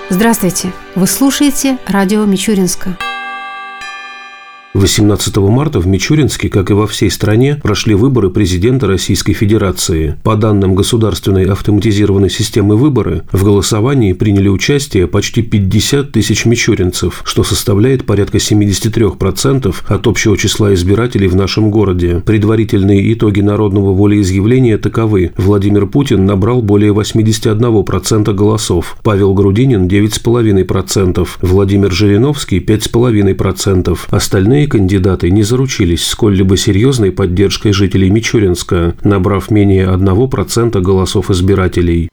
Здравствуйте! Вы слушаете радио Мичуринска. 18 марта в Мичуринске, как и во всей стране, прошли выборы президента Российской Федерации. По данным Государственной автоматизированной системы выборы, в голосовании приняли участие почти 50 тысяч мичуринцев, что составляет порядка 73% от общего числа избирателей в нашем городе. Предварительные итоги народного волеизъявления таковы. Владимир Путин набрал более 81% голосов, Павел Грудинин – 9,5%, Владимир Жириновский – 5,5%. Остальные кандидаты не заручились сколь-либо серьезной поддержкой жителей Мичуринска, набрав менее 1% голосов избирателей.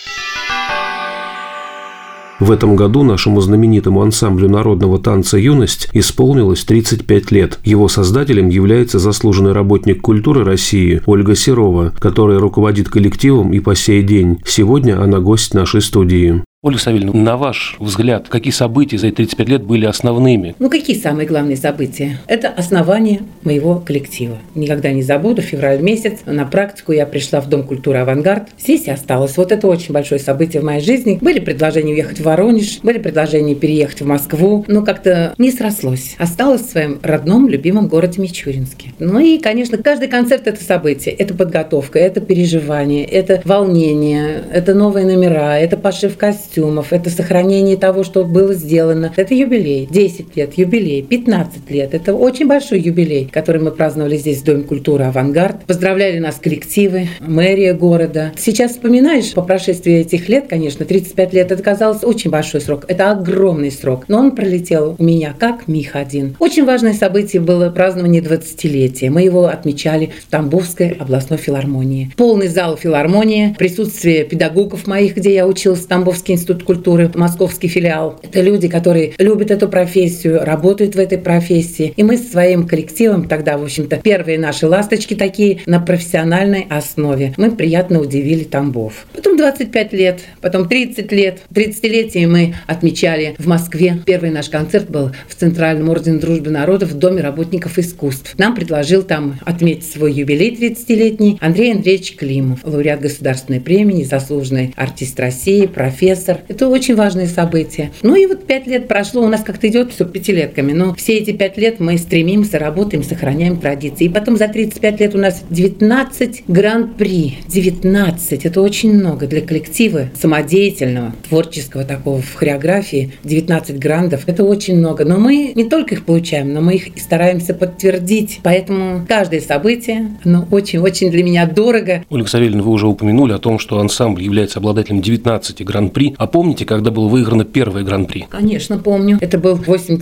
В этом году нашему знаменитому ансамблю народного танца «Юность» исполнилось 35 лет. Его создателем является заслуженный работник культуры России Ольга Серова, которая руководит коллективом и по сей день. Сегодня она гость нашей студии. Ольга Савельевна, на ваш взгляд, какие события за эти 35 лет были основными? Какие самые главные события? Это основание моего коллектива. Никогда не забуду, февраль месяц, на практику я пришла в Дом культуры «Авангард». Здесь я осталась. Это очень большое событие в моей жизни. Были предложения уехать в Воронеж, были предложения переехать в Москву, но как-то не срослось. Осталась в своем родном, любимом городе Мичуринске. И, конечно, каждый концерт – это событие, это подготовка, это переживание, это волнение, это новые номера, это пошив костюмов, это сохранение того, что было сделано. Это юбилей. 10 лет, юбилей, 15 лет. Это очень большой юбилей, который мы праздновали здесь в Доме культуры «Авангард». Поздравляли нас коллективы, мэрия города. Сейчас вспоминаешь, по прошествии этих лет, конечно, 35 лет, это казалось очень большой срок. Это огромный срок. Но он пролетел у меня как миг один. Очень важное событие было празднование 20-летия. Мы его отмечали в Тамбовской областной филармонии. Полный зал филармонии, присутствие педагогов моих, где я училась, в Тамбовский институт культуры, московский филиал. Это люди, которые любят эту профессию, работают в этой профессии. И мы со своим коллективом тогда, в общем-то, первые наши ласточки такие на профессиональной основе. Мы приятно удивили Тамбов. Потом 25 лет, потом 30 лет. 30-летие мы отмечали в Москве. Первый наш концерт был в Центральном ордене Дружбы народов в Доме работников искусств. Нам предложил там отметить свой юбилей 30-летний Андрей Андреевич Климов, лауреат государственной премии, заслуженный артист России, профессор. Это очень важные события. 5 лет прошло, у нас как-то идет все пятилетками, но все эти 5 лет мы стремимся, работаем, сохраняем традиции. И потом за 35 лет у нас 19 гран-при. 19. Это очень много для коллектива самодеятельного, творческого такого в хореографии. 19 грандов. Это очень много. Но мы не только их получаем, но мы их и стараемся подтвердить. Поэтому каждое событие, оно очень-очень для меня дорого. Ольга Савельевна, вы уже упомянули о том, что ансамбль является обладателем 19 гран-при. А помните, когда было выиграно первое гран-при? Конечно, помню. Это был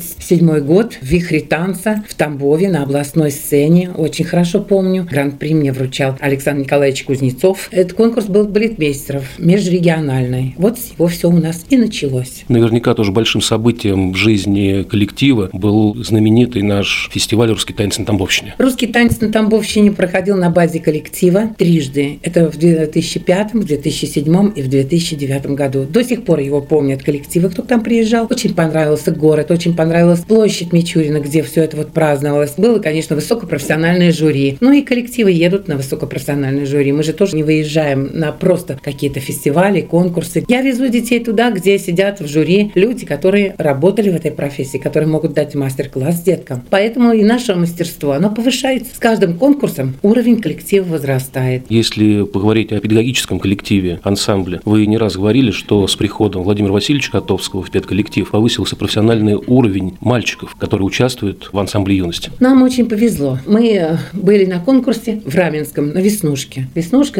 87 год в «Вихре танца» в Тамбове на областной сцене. Очень хорошо помню. Гран-при мне вручал Александр Николаевич Кузнецов. Этот конкурс был балетмейстеров, межрегиональный. С него все у нас и началось. Наверняка тоже большим событием в жизни коллектива был знаменитый наш фестиваль «Русский танец на Тамбовщине». «Русский танец на Тамбовщине» проходил на базе коллектива трижды. Это в 2005, в 2007 и в 2009 году. До сих пор его помнят коллективы, кто к нам приезжал. Очень понравился город, очень понравилась площадь Мичурина, где все это праздновалось. Было, конечно, высокопрофессиональное жюри. И коллективы едут на высокопрофессиональное жюри. Мы же тоже не выезжаем на просто какие-то фестивали, конкурсы. Я везу детей туда, где сидят в жюри люди, которые работали в этой профессии, которые могут дать мастер-класс деткам. Поэтому и наше мастерство, оно повышается. С каждым конкурсом уровень коллектива возрастает. Если поговорить о педагогическом коллективе, ансамбле, вы не раз говорили, что с приходом Владимира Васильевича Котовского в педколлектив повысился профессиональный уровень мальчиков, которые участвуют в ансамбле «Юность». Нам очень повезло. Мы были на конкурсе в Раменском на «Веснушке». «Веснушка»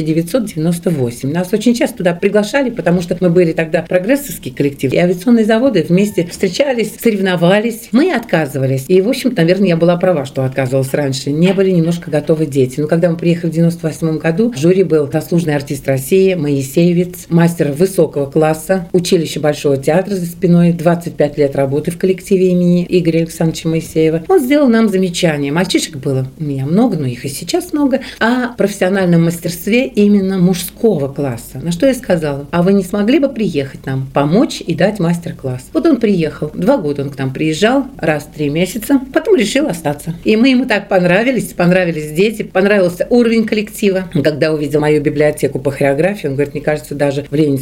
1998. Нас очень часто туда приглашали, потому что мы были тогда прогрессорский коллектив, и авиационные заводы вместе встречались, соревновались. Мы отказывались. И, в общем, наверное, я была права, что отказывалась раньше. Не были немножко готовы дети. Но когда мы приехали в 1998 году, в жюри был заслуженный артист России, Моисеевец, мастер высокого класса, училище Большого театра за спиной, 25 лет работы в коллективе имени Игоря Александровича Моисеева. Он сделал нам замечание. Мальчишек было у меня много, но их и сейчас много. О профессиональном мастерстве именно мужского класса. На что я сказала: а вы не смогли бы приехать нам, помочь и дать мастер-класс? Он приехал. 2 года он к нам приезжал, раз в 3 месяца. Потом решил остаться. И мы ему так понравились дети, понравился уровень коллектива. Когда увидел мою библиотеку по хореографии, он говорит: мне кажется, даже в Ленинской библиотеке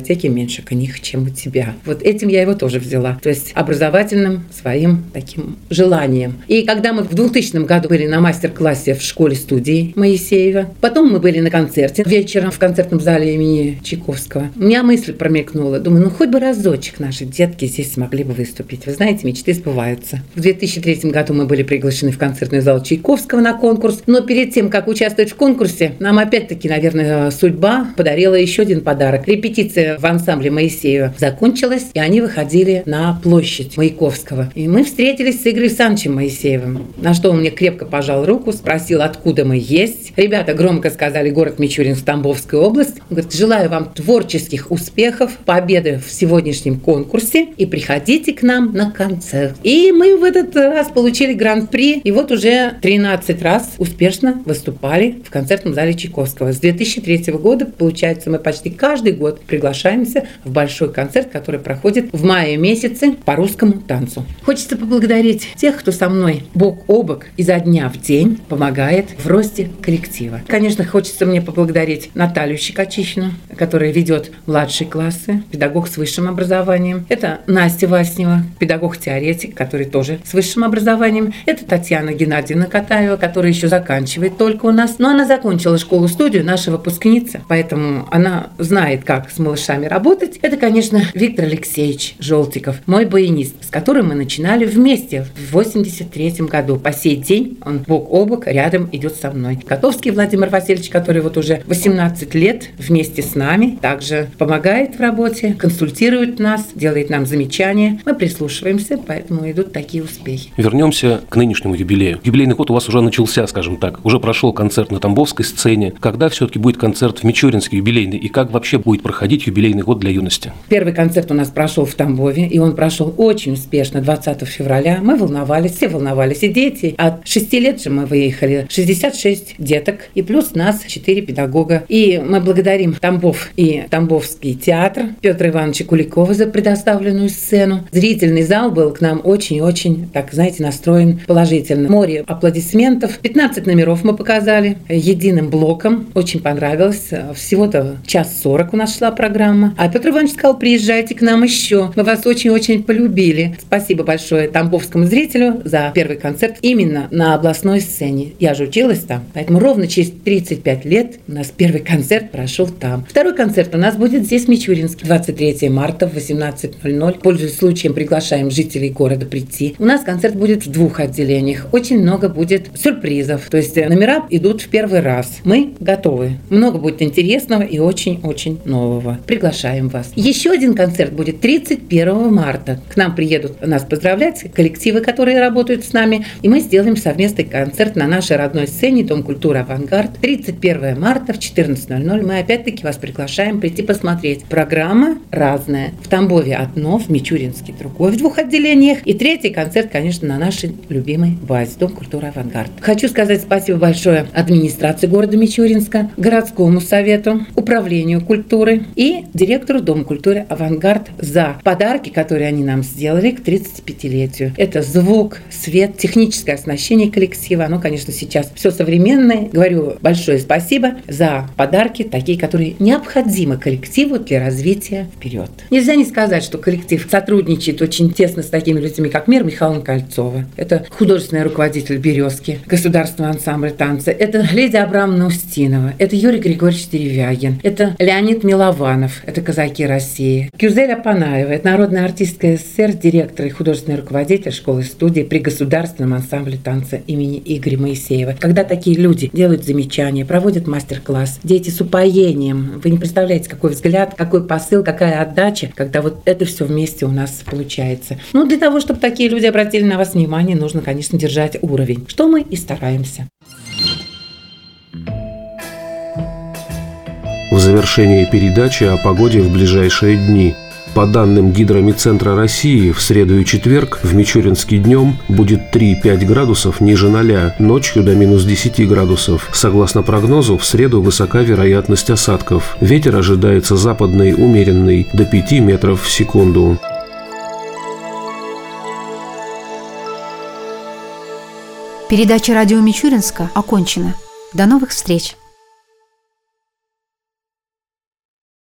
библиотеки меньше книг, чем у тебя. Вот этим я его тоже взяла. То есть образовательным своим таким желанием. И когда мы в 2000 году были на мастер-классе в школе-студии Моисеева, потом мы были на концерте вечером в концертном зале имени Чайковского, у меня мысль промелькнула. Думаю, хоть бы разочек наши детки здесь смогли бы выступить. Вы знаете, мечты сбываются. В 2003 году мы были приглашены в концертный зал Чайковского на конкурс. Но перед тем, как участвовать в конкурсе, нам опять-таки, наверное, судьба подарила еще один подарок. Репетиция в ансамбле Моисеева закончилась, и они выходили на площадь Маяковского. И мы встретились с Игорем Александровичем Моисеевым. На что он мне крепко пожал руку, спросил, откуда мы есть. Ребята громко сказали: город Мичуринск, Тамбовская область. Он говорит: желаю вам творческих успехов, победы в сегодняшнем конкурсе, и приходите к нам на концерт. И мы в этот раз получили гран-при, и вот уже 13 раз успешно выступали в концертном зале Чайковского. С 2003 года, получается, мы почти каждый год приглашаемся в большой концерт, который проходит в мае месяце по русскому танцу. Хочется поблагодарить тех, кто со мной бок о бок изо дня в день помогает в росте коллектива. Конечно, хочется мне поблагодарить Наталью Щекочихину, которая ведет младшие классы, педагог с высшим образованием. Это Настя Васнева, педагог-теоретик, который тоже с высшим образованием. Это Татьяна Геннадьевна Катаева, которая еще заканчивает только у нас. Но она закончила школу-студию, наша выпускница, поэтому она знает, как с малышами работать. Это, конечно, Виктор Алексеевич Желтиков, мой баянист, с которым мы начинали вместе в 1983 году. По сей день он бок о бок рядом идет со мной. Котовский Владимир Васильевич, который вот уже 18 лет вместе с нами, также помогает в работе, консультирует нас, делает нам замечания. Мы прислушиваемся, поэтому идут такие успехи. Вернемся к нынешнему юбилею. Юбилейный год у вас уже начался, скажем так. Уже прошел концерт на Тамбовской сцене. Когда все-таки будет концерт в Мичуринске юбилейный? И как вообще будет проходить юбилейный год для юности? Первый концерт у нас прошел в Тамбове, и он прошел очень успешно 20 февраля. Мы волновались, все волновались, и дети. От 6 лет же мы выехали, 66 деток, и плюс нас 4 педагога. И мы благодарим Тамбов и Тамбовский театр Петра Ивановича Куликова за предоставленную сцену. Зрительный зал был к нам очень-очень, так знаете, настроен положительно. Море аплодисментов. 15 номеров мы показали единым блоком. Очень понравилось. Всего-то 1:40 у нас шла программа. А Петр Иванович сказал: приезжайте к нам еще. Мы вас очень-очень полюбили. Спасибо большое тамбовскому зрителю за первый концерт именно на областной сцене. Я же училась там, поэтому ровно через 35 лет у нас первый концерт прошел там. Второй концерт у нас будет здесь, в Мичуринске, 23 марта в 18:00. Пользуясь случаем, приглашаем жителей города прийти. У нас концерт будет в 2 отделениях. Очень много будет сюрпризов. То есть номера идут в первый раз. Мы готовы. Много будет интересного и очень-очень нового. Приглашаем вас. Еще один концерт будет 31 марта. К нам приедут нас поздравлять коллективы, которые работают с нами. И мы сделаем совместный концерт на нашей родной сцене Дом культуры «Авангард». 31 марта в 14:00. Мы опять-таки вас приглашаем прийти посмотреть. Программа разная. В Тамбове одно, в Мичуринске другое, в 2 отделениях. И третий концерт, конечно, на нашей любимой базе Дом культуры «Авангард». Хочу сказать спасибо большое администрации города Мичуринска, городскому совету, управлению культуры и директору Дома культуры «Авангард» за подарки, которые они нам сделали к 35-летию. Это звук, свет, техническое оснащение коллектива. Оно, конечно, сейчас все современное. Говорю большое спасибо за подарки, такие, которые необходимы коллективу для развития вперед. Нельзя не сказать, что коллектив сотрудничает очень тесно с такими людьми, как Мира Михайловна Кольцова. Это художественный руководитель «Березки», государственного ансамбля танца. Это Лидия Абрамовна Устинова. Это Юрий Григорьевич Деревягин. Это Леонид Милованов. Это «Казаки России». Гюзель Апанаева. Это народная артистка СССР, директор и художественный руководитель школы-студии при государственном ансамбле танца имени Игоря Моисеева. Когда такие люди делают замечания, проводят мастер-класс, дети с упоением, вы не представляете, какой взгляд, какой посыл, какая отдача, когда вот это все вместе у нас получается. Ну, для того, чтобы такие люди обратили на вас внимание, нужно, конечно, держать уровень, что мы и стараемся. В завершении передачи о погоде в ближайшие дни. По данным Гидромедцентра России, в среду и четверг в Мичуринске днем будет 3-5 градусов ниже 0, ночью до минус 10 градусов. Согласно прогнозу, в среду высока вероятность осадков. Ветер ожидается западный умеренный, до 5 метров в секунду. Передача радио Мичуринска окончена. До новых встреч!